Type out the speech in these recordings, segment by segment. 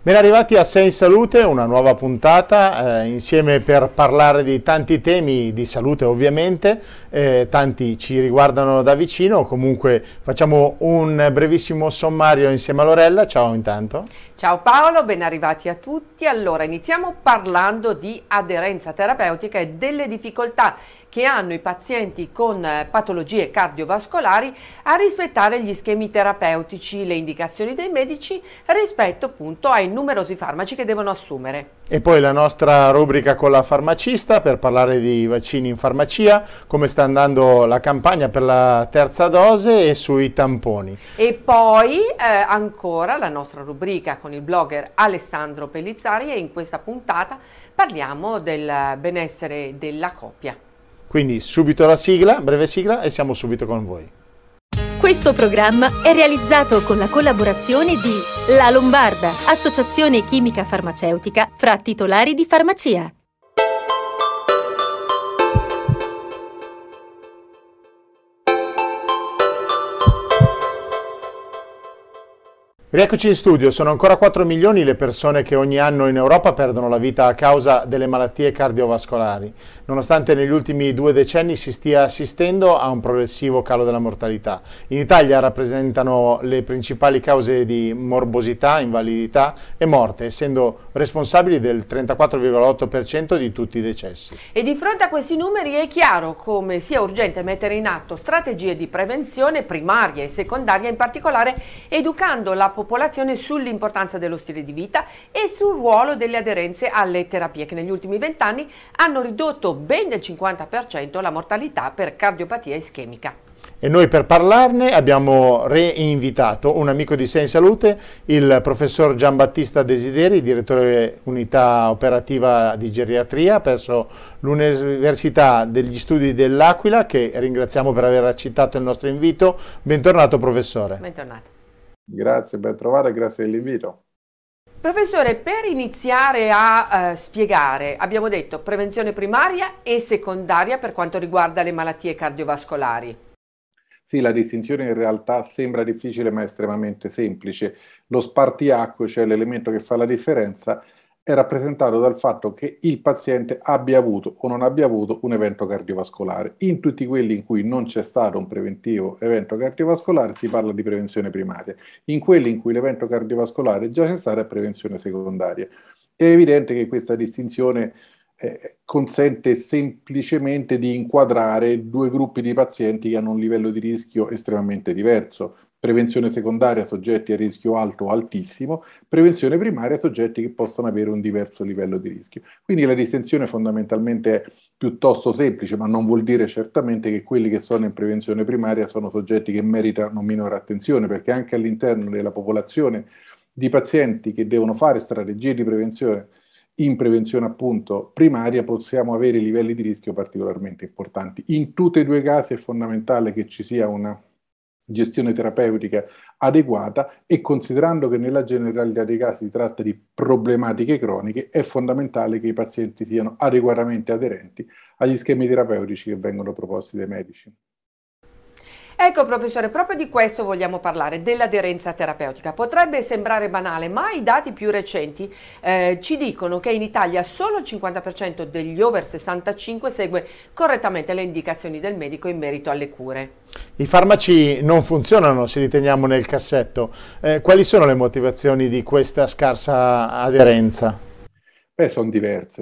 Ben arrivati a Sei in Salute, una nuova puntata insieme per parlare di tanti temi di salute ovviamente, tanti ci riguardano da vicino, comunque facciamo un brevissimo sommario insieme a Lorella, ciao intanto. Ciao Paolo, ben arrivati a tutti. Allora, iniziamo parlando di aderenza terapeutica e delle difficoltà che hanno i pazienti con patologie cardiovascolari a rispettare gli schemi terapeutici, le indicazioni dei medici rispetto appunto ai numerosi farmaci che devono assumere. E poi la nostra rubrica con la farmacista per parlare di vaccini in farmacia, come sta andando la campagna per la terza dose e sui tamponi. E poi ancora la nostra rubrica con il blogger Alessandro Pellizzari e in questa puntata parliamo del benessere della coppia. Quindi subito la sigla, breve sigla e siamo subito con voi. Questo programma è realizzato con la collaborazione di La Lombarda, associazione chimica farmaceutica fra titolari di farmacia. Rieccoci in studio, sono ancora 4 milioni le persone che ogni anno in Europa perdono la vita a causa delle malattie cardiovascolari, nonostante negli ultimi 2 decenni si stia assistendo a un progressivo calo della mortalità. In Italia rappresentano le principali cause di morbosità, invalidità e morte, essendo responsabili del 34,8% di tutti i decessi. E di fronte a questi numeri è chiaro come sia urgente mettere in atto strategie di prevenzione primaria e secondaria, in particolare educando la popolazione sull'importanza dello stile di vita e sul ruolo delle aderenze alle terapie che negli ultimi 20 anni hanno ridotto ben del 50% la mortalità per cardiopatia ischemica. E noi per parlarne abbiamo reinvitato un amico di Sei in Salute, il professor Giambattista Desideri, direttore unità operativa di geriatria presso l'Università degli Studi dell'Aquila, che ringraziamo per aver accettato il nostro invito. Bentornato professore. Bentornato. Grazie, ben trovata e grazie dell'invito. Professore, per iniziare a spiegare, abbiamo detto prevenzione primaria e secondaria per quanto riguarda le malattie cardiovascolari. Sì, la distinzione in realtà sembra difficile ma è estremamente semplice. Lo spartiacque, cioè l'elemento che fa la differenza, è rappresentato dal fatto che il paziente abbia avuto o non abbia avuto un evento cardiovascolare. In tutti quelli in cui non c'è stato un preventivo evento cardiovascolare si parla di prevenzione primaria. In quelli in cui l'evento cardiovascolare già c'è stato è prevenzione secondaria. È evidente che questa distinzione consente semplicemente di inquadrare 2 gruppi di pazienti che hanno un livello di rischio estremamente diverso. Prevenzione secondaria soggetti a rischio alto o altissimo, prevenzione primaria soggetti che possono avere un diverso livello di rischio. Quindi la distinzione fondamentalmente è piuttosto semplice, ma non vuol dire certamente che quelli che sono in prevenzione primaria sono soggetti che meritano minore attenzione, perché anche all'interno della popolazione di pazienti che devono fare strategie di prevenzione, in prevenzione appunto primaria, possiamo avere livelli di rischio particolarmente importanti. In tutti e 2 i casi è fondamentale che ci sia una gestione terapeutica adeguata e considerando che nella generalità dei casi si tratta di problematiche croniche, è fondamentale che i pazienti siano adeguatamente aderenti agli schemi terapeutici che vengono proposti dai medici. Ecco professore, proprio di questo vogliamo parlare, dell'aderenza terapeutica. Potrebbe sembrare banale, ma i dati più recenti ci dicono che in Italia solo il 50% degli over 65 segue correttamente le indicazioni del medico in merito alle cure. I farmaci non funzionano se li teniamo nel cassetto. Quali sono le motivazioni di questa scarsa aderenza? Beh, sono diverse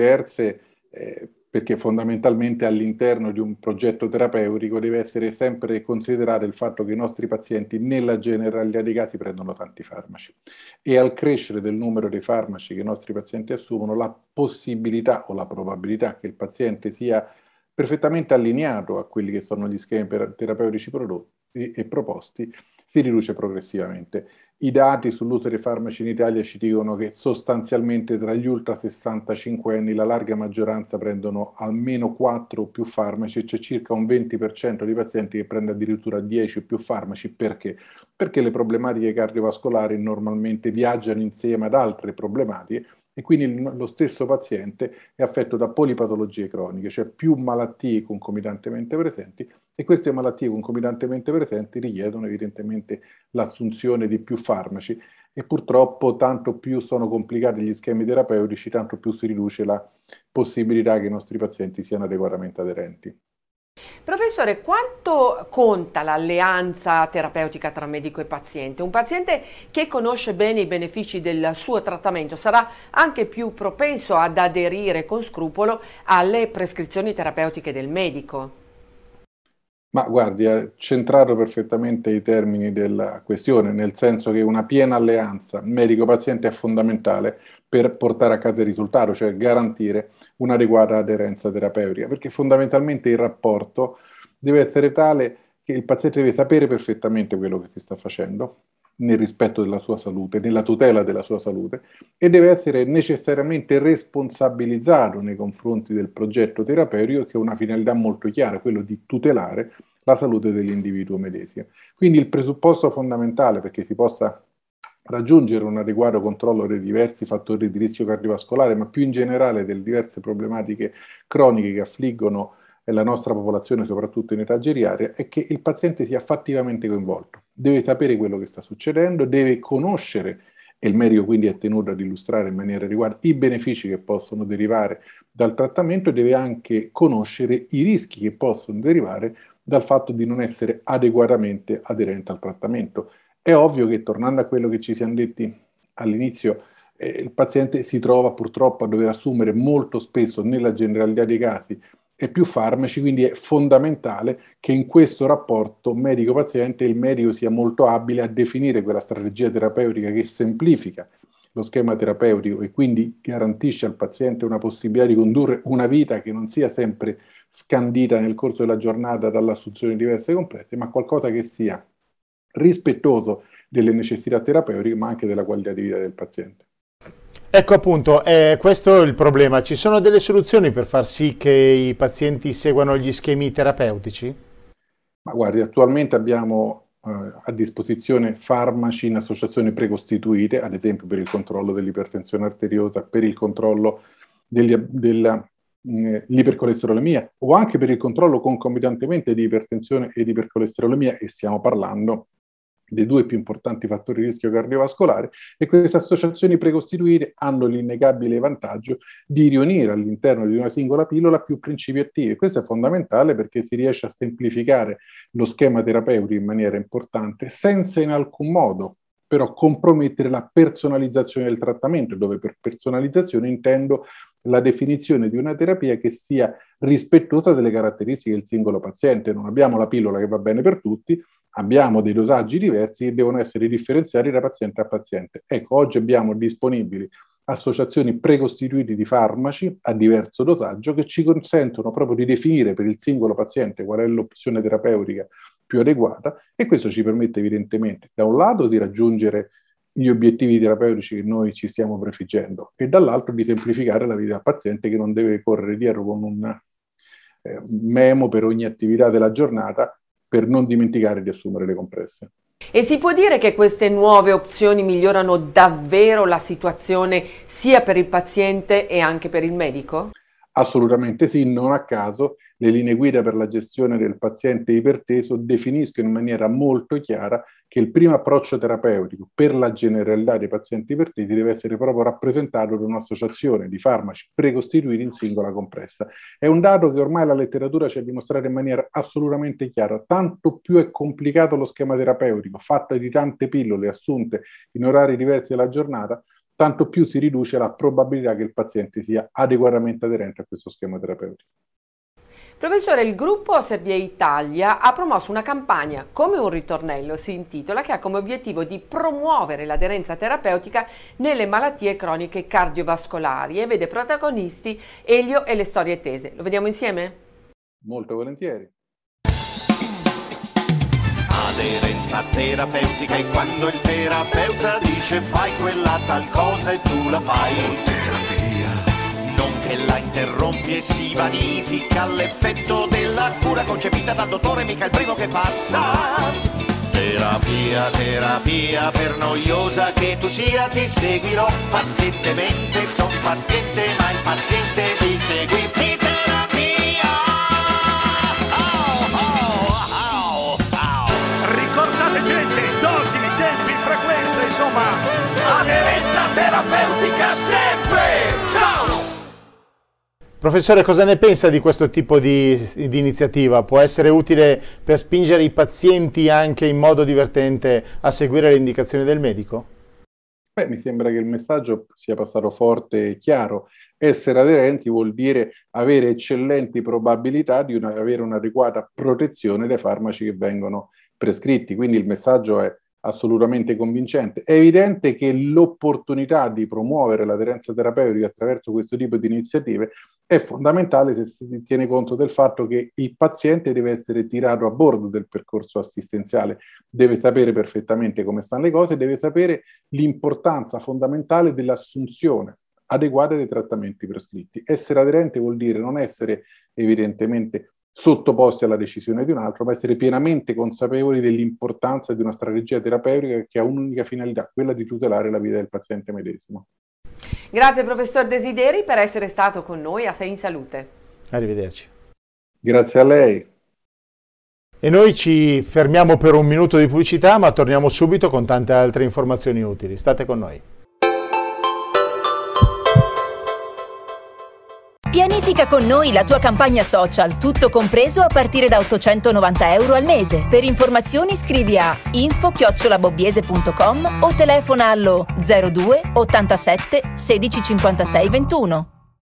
perché fondamentalmente all'interno di un progetto terapeutico deve essere sempre considerato il fatto che i nostri pazienti nella generalità dei casi prendono tanti farmaci e al crescere del numero dei farmaci che i nostri pazienti assumono, la possibilità o la probabilità che il paziente sia perfettamente allineato a quelli che sono gli schemi terapeutici prodotti e proposti si riduce progressivamente. I dati sull'uso dei farmaci in Italia ci dicono che sostanzialmente tra gli ultra 65 anni la larga maggioranza prendono almeno 4 o più farmaci e c'è circa un 20% di pazienti che prende addirittura 10 o più farmaci. Perché? Perché le problematiche cardiovascolari normalmente viaggiano insieme ad altre problematiche e quindi lo stesso paziente è affetto da polipatologie croniche, cioè più malattie concomitantemente presenti, e queste malattie concomitantemente presenti richiedono evidentemente l'assunzione di più farmaci e purtroppo tanto più sono complicati gli schemi terapeutici, tanto più si riduce la possibilità che i nostri pazienti siano adeguatamente aderenti. Professore, quanto conta l'alleanza terapeutica tra medico e paziente? Un paziente che conosce bene i benefici del suo trattamento sarà anche più propenso ad aderire con scrupolo alle prescrizioni terapeutiche del medico. Ma guardi, ha centrato perfettamente i termini della questione, nel senso che una piena alleanza medico-paziente è fondamentale per portare a casa il risultato, cioè garantire un'adeguata aderenza terapeutica, perché fondamentalmente il rapporto deve essere tale che il paziente deve sapere perfettamente quello che si sta facendo, nel rispetto della sua salute, nella tutela della sua salute, e deve essere necessariamente responsabilizzato nei confronti del progetto terapeutico, che ha una finalità molto chiara, quello di tutelare la salute dell'individuo medesimo. Quindi il presupposto fondamentale perché si possa raggiungere un adeguato controllo dei diversi fattori di rischio cardiovascolare, ma più in generale delle diverse problematiche croniche che affliggono la nostra popolazione, soprattutto in età geriatria, è che il paziente sia fattivamente coinvolto. Deve sapere quello che sta succedendo, deve conoscere, e il medico quindi è tenuto ad illustrare in maniera adeguata i benefici che possono derivare dal trattamento, e deve anche conoscere i rischi che possono derivare dal fatto di non essere adeguatamente aderente al trattamento. È ovvio che, tornando a quello che ci siamo detti all'inizio, il paziente si trova purtroppo a dover assumere molto spesso, nella generalità dei casi, e più farmaci, quindi è fondamentale che in questo rapporto medico-paziente il medico sia molto abile a definire quella strategia terapeutica che semplifica lo schema terapeutico e quindi garantisce al paziente una possibilità di condurre una vita che non sia sempre scandita nel corso della giornata dall'assunzione di diverse complesse, ma qualcosa che sia rispettoso delle necessità terapeutiche, ma anche della qualità di vita del paziente. Ecco appunto, questo è il problema. Ci sono delle soluzioni per far sì che i pazienti seguano gli schemi terapeutici? Ma guardi, attualmente abbiamo a disposizione farmaci in associazioni precostituite, ad esempio per il controllo dell'ipertensione arteriosa, per il controllo dell'ipercolesterolemia o anche per il controllo concomitantemente di ipertensione ed ipercolesterolemia, e stiamo parlando dei due più importanti fattori di rischio cardiovascolare, e queste associazioni precostituite hanno l'innegabile vantaggio di riunire all'interno di una singola pillola più principi attivi. Questo è fondamentale perché si riesce a semplificare lo schema terapeutico in maniera importante, senza in alcun modo però compromettere la personalizzazione del trattamento, dove per personalizzazione intendo la definizione di una terapia che sia rispettosa delle caratteristiche del singolo paziente. Non abbiamo la pillola che va bene per tutti, abbiamo dei dosaggi diversi che devono essere differenziati da paziente a paziente. Ecco, oggi abbiamo disponibili associazioni precostituite di farmaci a diverso dosaggio che ci consentono proprio di definire per il singolo paziente qual è l'opzione terapeutica più adeguata, e questo ci permette evidentemente da un lato di raggiungere gli obiettivi terapeutici che noi ci stiamo prefiggendo e dall'altro di semplificare la vita del paziente, che non deve correre dietro con un memo per ogni attività della giornata per non dimenticare di assumere le compresse. E si può dire che queste nuove opzioni migliorano davvero la situazione sia per il paziente e anche per il medico? Assolutamente sì, non a caso le linee guida per la gestione del paziente iperteso definiscono in maniera molto chiara che il primo approccio terapeutico per la generalità dei pazienti ipertesi deve essere proprio rappresentato da un'associazione di farmaci precostituiti in singola compressa. È un dato che ormai la letteratura ci ha dimostrato in maniera assolutamente chiara. Tanto più è complicato lo schema terapeutico, fatto di tante pillole assunte in orari diversi della giornata, tanto più si riduce la probabilità che il paziente sia adeguatamente aderente a questo schema terapeutico. Professore, il gruppo Servier Italia ha promosso una campagna Come un ritornello, si intitola, che ha come obiettivo di promuovere l'aderenza terapeutica nelle malattie croniche cardiovascolari e vede protagonisti Elio e le storie tese. Lo vediamo insieme? Molto volentieri. Aderenza terapeutica è quando il terapeuta dice fai quella tal cosa e tu la fai. Non che la interrompi e si vanifica l'effetto della cura concepita dal dottore, mica il primo che passa. Terapia, terapia, per noiosa che tu sia ti seguirò pazientemente, son paziente ma il paziente ti segui. Terapia! Ricordate gente, dosi, tempi, frequenze, insomma farmaceutica sempre! Ciao! Professore, cosa ne pensa di questo tipo di iniziativa? Può essere utile per spingere i pazienti anche in modo divertente a seguire le indicazioni del medico? Beh, mi sembra che il messaggio sia passato forte e chiaro. Essere aderenti vuol dire avere eccellenti probabilità di avere un'adeguata protezione dai farmaci che vengono prescritti, quindi il messaggio è assolutamente convincente. È evidente che l'opportunità di promuovere l'aderenza terapeutica attraverso questo tipo di iniziative è fondamentale se si tiene conto del fatto che il paziente deve essere tirato a bordo del percorso assistenziale, deve sapere perfettamente come stanno le cose, deve sapere l'importanza fondamentale dell'assunzione adeguata dei trattamenti prescritti. Essere aderente vuol dire non essere evidentemente sottoposti alla decisione di un altro, ma essere pienamente consapevoli dell'importanza di una strategia terapeutica che ha un'unica finalità, quella di tutelare la vita del paziente medesimo. Grazie professor Desideri per essere stato con noi a Sei in Salute. Arrivederci. Grazie a lei. E noi ci fermiamo per un minuto di pubblicità, ma torniamo subito con tante altre informazioni utili. State con noi. Pianifica con noi la tua campagna social, tutto compreso a partire da €890 al mese. Per informazioni scrivi a info@bobbiese.com o telefona allo 02 87 16 56 21.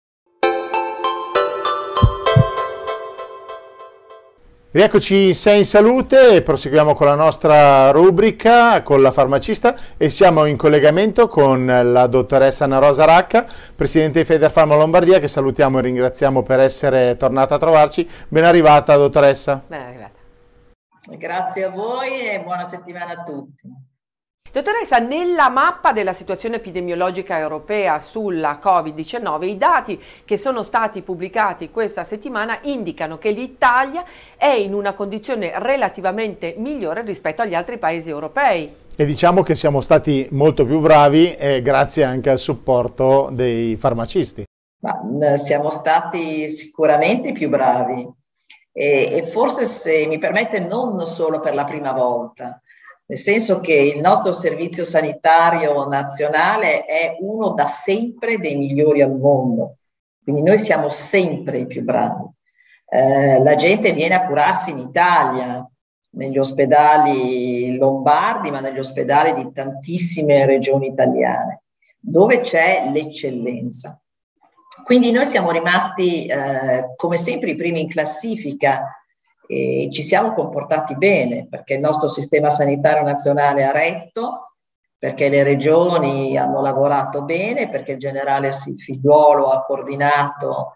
Rieccoci in Sei in Salute e proseguiamo con la nostra rubrica con la farmacista e siamo in collegamento con la dottoressa Anna Rosa Racca, presidente di Federfarma Lombardia, che salutiamo e ringraziamo per essere tornata a trovarci. Ben arrivata, dottoressa. Ben arrivata. Grazie a voi e buona settimana a tutti. Dottoressa, nella mappa della situazione epidemiologica europea sulla Covid-19, i dati che sono stati pubblicati questa settimana indicano che l'Italia è in una condizione relativamente migliore rispetto agli altri paesi europei. E diciamo che siamo stati molto più bravi grazie anche al supporto dei farmacisti. Siamo stati sicuramente più bravi e forse, se mi permette, non solo per la prima volta. Nel senso che il nostro servizio sanitario nazionale è uno da sempre dei migliori al mondo, quindi noi siamo sempre i più bravi. La gente viene a curarsi in Italia, negli ospedali lombardi, ma negli ospedali di tantissime regioni italiane, dove c'è l'eccellenza. Quindi noi siamo rimasti, come sempre, i primi in classifica. E ci siamo comportati bene perché il nostro sistema sanitario nazionale ha retto, perché le regioni hanno lavorato bene, perché il generale Figliuolo ha coordinato,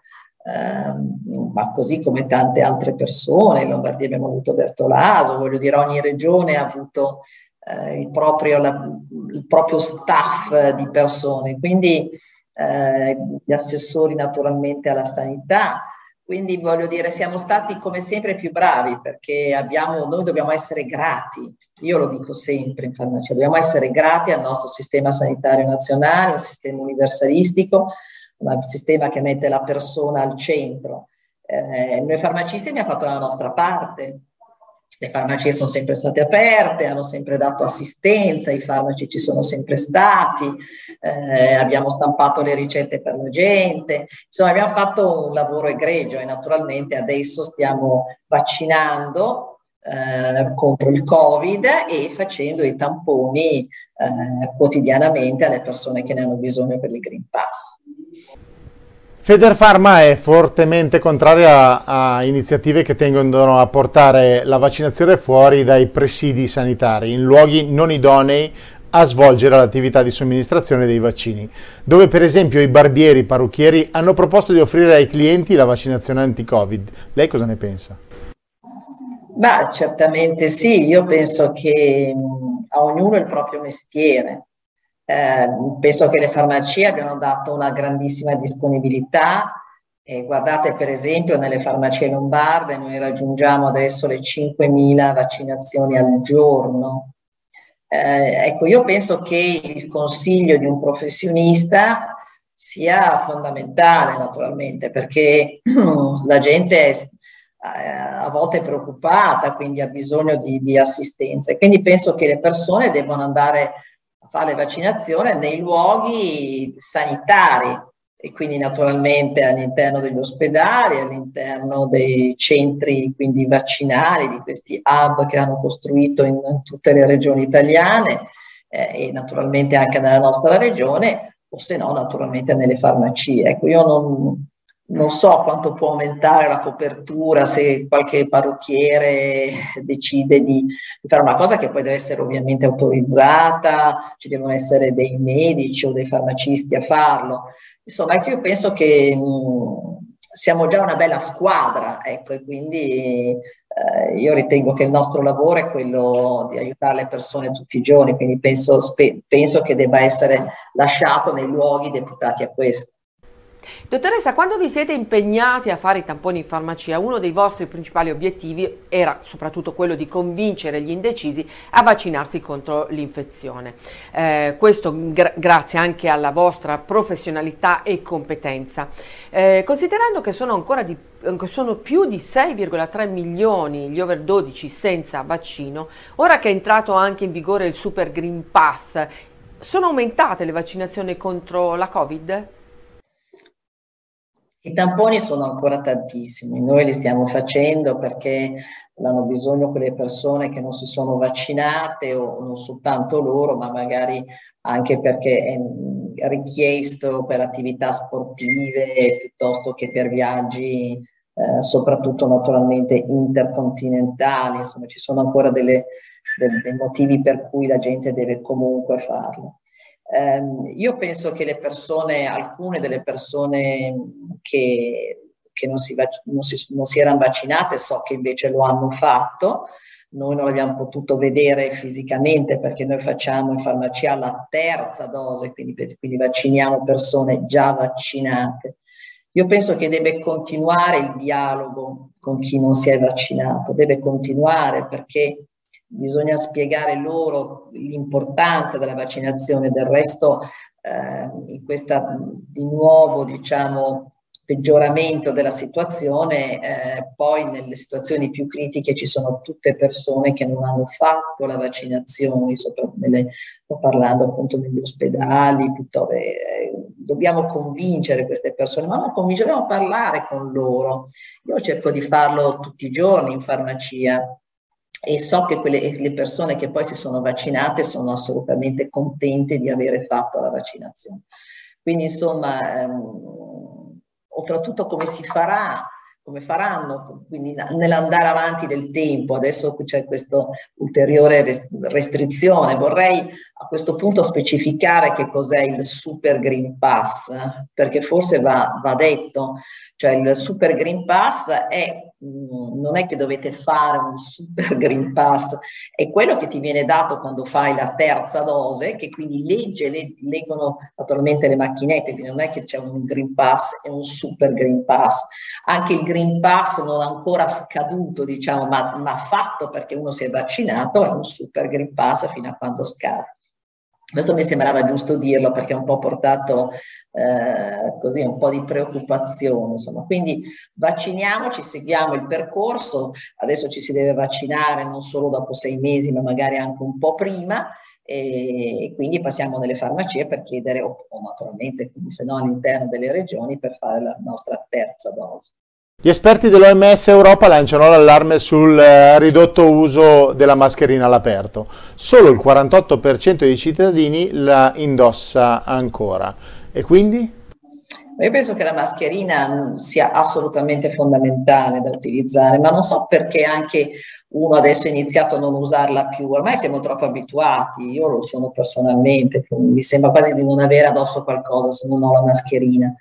ma così come tante altre persone. In Lombardia abbiamo avuto Bertolaso, voglio dire, ogni regione ha avuto il proprio staff di persone, quindi gli assessori naturalmente alla sanità. Quindi voglio dire, siamo stati come sempre più bravi perché noi dobbiamo essere grati, io lo dico sempre in farmacia, dobbiamo essere grati al nostro sistema sanitario nazionale, un sistema universalistico, un sistema che mette la persona al centro. Noi farmacisti abbiamo fatto la nostra parte. Le farmacie sono sempre state aperte, hanno sempre dato assistenza, i farmaci ci sono sempre stati, abbiamo stampato le ricette per la gente, insomma abbiamo fatto un lavoro egregio e naturalmente adesso stiamo vaccinando contro il Covid e facendo i tamponi quotidianamente alle persone che ne hanno bisogno per il Green Pass. Federfarma è fortemente contraria a iniziative che tendono a portare la vaccinazione fuori dai presidi sanitari, in luoghi non idonei a svolgere l'attività di somministrazione dei vaccini, dove per esempio i barbieri, i parrucchieri hanno proposto di offrire ai clienti la vaccinazione anti-Covid. Lei cosa ne pensa? Certamente sì, io penso che a ognuno il proprio mestiere. Penso che le farmacie abbiano dato una grandissima disponibilità. Guardate per esempio nelle farmacie lombarde noi raggiungiamo adesso le 5.000 vaccinazioni al giorno. Ecco, io penso che il consiglio di un professionista sia fondamentale naturalmente perché la gente è a volte preoccupata, quindi ha bisogno di assistenza e quindi penso che le persone devono andare a fa le vaccinazioni nei luoghi sanitari e quindi naturalmente all'interno degli ospedali, all'interno dei centri quindi vaccinali, di questi hub che hanno costruito in tutte le regioni italiane e naturalmente anche nella nostra regione, o se no naturalmente nelle farmacie. Ecco, io non so quanto può aumentare la copertura se qualche parrucchiere decide di fare una cosa che poi deve essere ovviamente autorizzata, ci devono essere dei medici o dei farmacisti a farlo. Insomma, io penso che siamo già una bella squadra, ecco, e quindi io ritengo che il nostro lavoro è quello di aiutare le persone tutti i giorni, quindi penso che debba essere lasciato nei luoghi deputati a questo. Dottoressa, quando vi siete impegnati a fare i tamponi in farmacia, uno dei vostri principali obiettivi era soprattutto quello di convincere gli indecisi a vaccinarsi contro l'infezione. Questo grazie anche alla vostra professionalità e competenza. Considerando che sono più di 6,3 milioni gli over 12 senza vaccino, ora che è entrato anche in vigore il Super Green Pass, sono aumentate le vaccinazioni contro la Covid? I tamponi sono ancora tantissimi, noi li stiamo facendo perché hanno bisogno quelle persone che non si sono vaccinate o non soltanto loro, ma magari anche perché è richiesto per attività sportive piuttosto che per viaggi, soprattutto naturalmente intercontinentali. Insomma, ci sono ancora dei motivi per cui la gente deve comunque farlo. Io penso che alcune delle persone che non si erano vaccinate, so che invece lo hanno fatto. Noi non l'abbiamo potuto vedere fisicamente perché noi facciamo in farmacia la terza dose, quindi vacciniamo persone già vaccinate. Io penso che deve continuare il dialogo con chi non si è vaccinato, deve continuare perché bisogna spiegare loro l'importanza della vaccinazione. Del resto in questa di nuovo diciamo peggioramento della situazione, poi nelle situazioni più critiche ci sono tutte persone che non hanno fatto la vaccinazione, sto parlando appunto degli ospedali, dobbiamo convincere queste persone, ma non convincere, dobbiamo parlare con loro. Io cerco di farlo tutti i giorni in farmacia. E so che le persone che poi si sono vaccinate sono assolutamente contente di avere fatto la vaccinazione. Quindi insomma, oltretutto come faranno, quindi nell'andare avanti del tempo, adesso c'è questa ulteriore restrizione. Vorrei a questo punto specificare che cos'è il Super Green Pass, perché forse va detto, cioè il Super Green Pass non è che dovete fare un Super Green Pass, è quello che ti viene dato quando fai la terza dose, che quindi leggono naturalmente le macchinette, quindi non è che c'è un Green Pass e un Super Green Pass. Anche il Green Pass non ancora scaduto, diciamo, ma fatto perché uno si è vaccinato, è un Super Green Pass fino a quando scade. Questo mi sembrava giusto dirlo perché ha un po' portato così un po' di preoccupazione, insomma. Quindi vacciniamoci, seguiamo il percorso, adesso ci si deve vaccinare non solo dopo 6 mesi ma magari anche un po' prima e quindi passiamo nelle farmacie per chiedere o naturalmente, quindi se no all'interno delle regioni per fare la nostra terza dose. Gli esperti dell'OMS Europa lanciano l'allarme sul ridotto uso della mascherina all'aperto. Solo il 48% dei cittadini la indossa ancora. E quindi? Io penso che la mascherina sia assolutamente fondamentale da utilizzare, ma non so perché anche uno adesso ha iniziato a non usarla più. Ormai siamo troppo abituati, io lo sono personalmente, mi sembra quasi di non avere addosso qualcosa se non ho la mascherina.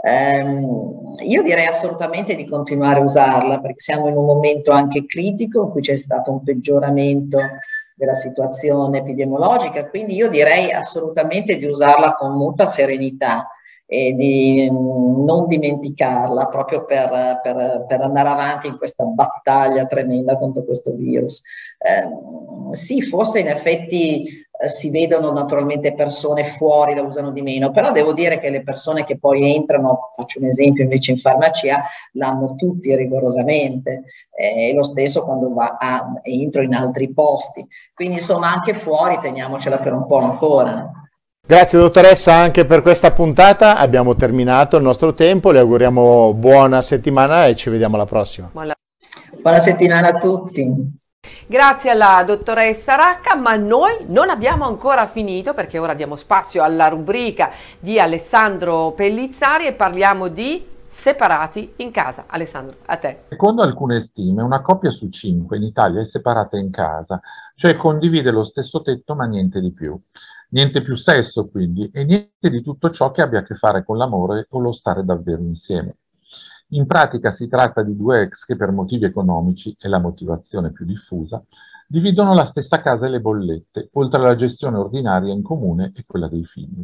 Io direi assolutamente di continuare a usarla perché siamo in un momento anche critico in cui c'è stato un peggioramento della situazione epidemiologica, quindi io direi assolutamente di usarla con molta serenità e di non dimenticarla proprio per andare avanti in questa battaglia tremenda contro questo virus. Sì, forse in effetti si vedono naturalmente persone fuori, la usano di meno, però devo dire che le persone che poi entrano, faccio un esempio invece in farmacia, l'hanno tutti rigorosamente, e lo stesso quando entro in altri posti, quindi insomma anche fuori teniamocela per un po' ancora. Grazie dottoressa anche per questa puntata, abbiamo terminato il nostro tempo, le auguriamo buona settimana e ci vediamo alla prossima. Buona settimana a tutti. Grazie alla dottoressa Racca, ma noi non abbiamo ancora finito perché ora diamo spazio alla rubrica di Alessandro Pellizzari e parliamo di separati in casa. Alessandro, a te. Secondo alcune stime, una coppia su 5 in Italia è separata in casa, cioè condivide lo stesso tetto ma niente di più. Niente più sesso quindi e niente di tutto ciò che abbia a che fare con l'amore o lo stare davvero insieme. In pratica si tratta di due ex che per motivi economici, è la motivazione più diffusa, dividono la stessa casa e le bollette, oltre alla gestione ordinaria in comune e quella dei figli.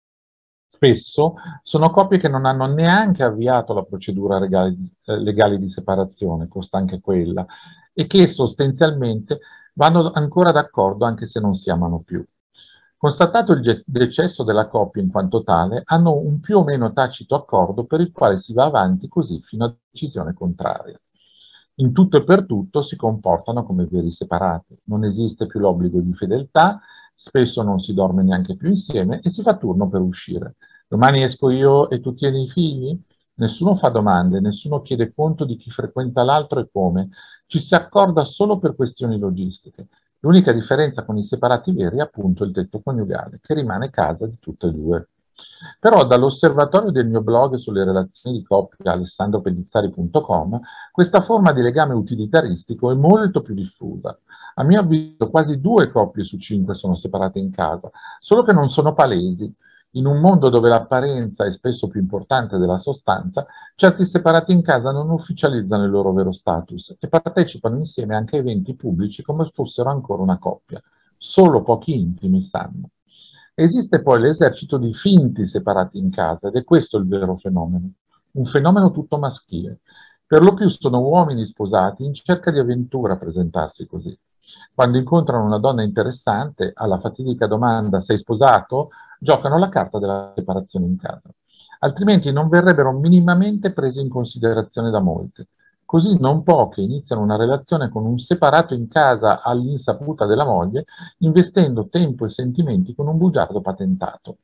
Spesso sono coppie che non hanno neanche avviato la procedura legale di separazione, costa anche quella, e che sostanzialmente vanno ancora d'accordo anche se non si amano più. Constatato il decesso della coppia in quanto tale, hanno un più o meno tacito accordo per il quale si va avanti così fino a decisione contraria. In tutto e per tutto si comportano come veri separati, non esiste più l'obbligo di fedeltà, spesso non si dorme neanche più insieme e si fa turno per uscire. Domani esco io e tu tieni i figli? Nessuno fa domande, nessuno chiede conto di chi frequenta l'altro e come, ci si accorda solo per questioni logistiche. L'unica differenza con i separati veri è appunto il tetto coniugale, che rimane casa di tutte e due. Però dall'osservatorio del mio blog sulle relazioni di coppia alessandropellizzari.com questa forma di legame utilitaristico è molto più diffusa. A mio avviso quasi 2 coppie su 5 sono separate in casa, solo che non sono palesi. In un mondo dove l'apparenza è spesso più importante della sostanza, certi separati in casa non ufficializzano il loro vero status e partecipano insieme anche a eventi pubblici come fossero ancora una coppia. Solo pochi intimi sanno. Esiste poi l'esercito di finti separati in casa ed è questo il vero fenomeno. Un fenomeno tutto maschile. Per lo più sono uomini sposati in cerca di avventura a presentarsi così. Quando incontrano una donna interessante, alla fatidica domanda «sei sposato?», giocano la carta della separazione in casa. Altrimenti non verrebbero minimamente presi in considerazione da molte. Così non poche iniziano una relazione con un separato in casa all'insaputa della moglie, investendo tempo e sentimenti con un bugiardo patentato.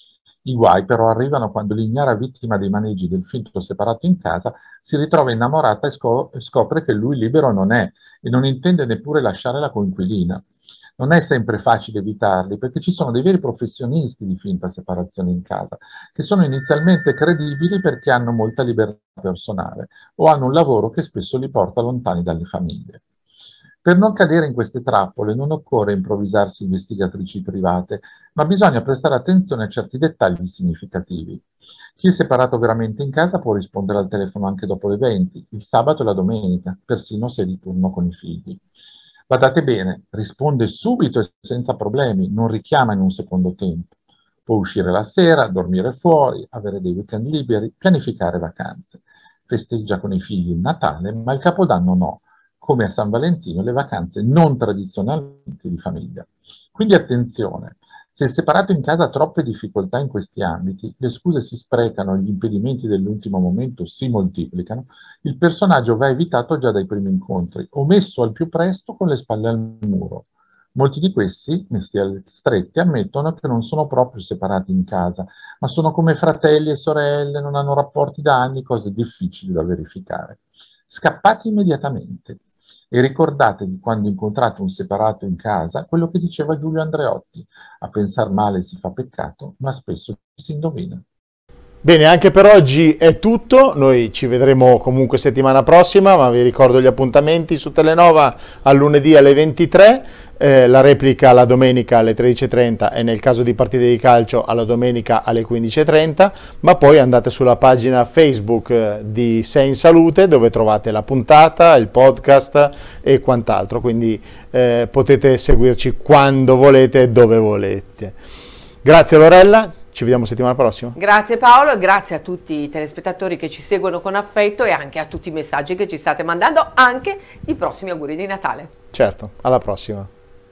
I guai però arrivano quando l'ignara vittima dei maneggi del finto separato in casa si ritrova innamorata e scopre che lui libero non è e non intende neppure lasciare la coinquilina. Non è sempre facile evitarli perché ci sono dei veri professionisti di finta separazione in casa che sono inizialmente credibili perché hanno molta libertà personale o hanno un lavoro che spesso li porta lontani dalle famiglie. Per non cadere in queste trappole non occorre improvvisarsi investigatrici private, ma bisogna prestare attenzione a certi dettagli significativi. Chi è separato veramente in casa può rispondere al telefono anche dopo le 20, il sabato e la domenica, persino se è di turno con i figli. Badate bene, risponde subito e senza problemi, non richiama in un secondo tempo. Può uscire la sera, dormire fuori, avere dei weekend liberi, pianificare vacanze. Festeggia con i figli il Natale, ma il Capodanno no, come a San Valentino le vacanze non tradizionalmente di famiglia. Quindi attenzione, se il separato in casa ha troppe difficoltà in questi ambiti, le scuse si sprecano, gli impedimenti dell'ultimo momento si moltiplicano, il personaggio va evitato già dai primi incontri, o messo al più presto con le spalle al muro. Molti di questi, messi stretti, ammettono che non sono proprio separati in casa, ma sono come fratelli e sorelle, non hanno rapporti da anni, cose difficili da verificare. Scappate immediatamente. E ricordatevi quando incontrate un separato in casa quello che diceva Giulio Andreotti: a pensar male si fa peccato, ma spesso si indovina. Bene, anche per oggi è tutto, noi ci vedremo comunque settimana prossima, ma vi ricordo gli appuntamenti su Telenova al lunedì alle 23, la replica la domenica alle 13:30 e nel caso di partite di calcio alla domenica alle 15:30, ma poi andate sulla pagina Facebook di Sei in Salute dove trovate la puntata, il podcast e quant'altro, quindi potete seguirci quando volete e dove volete. Grazie Lorella. Ci vediamo settimana prossima. Grazie Paolo e grazie a tutti i telespettatori che ci seguono con affetto e anche a tutti i messaggi che ci state mandando, anche di prossimi auguri di Natale. Certo, alla prossima.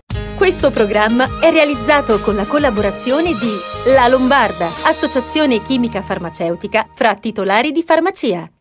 Questo programma è realizzato con la collaborazione di La Lombarda, associazione chimica farmaceutica fra titolari di farmacia.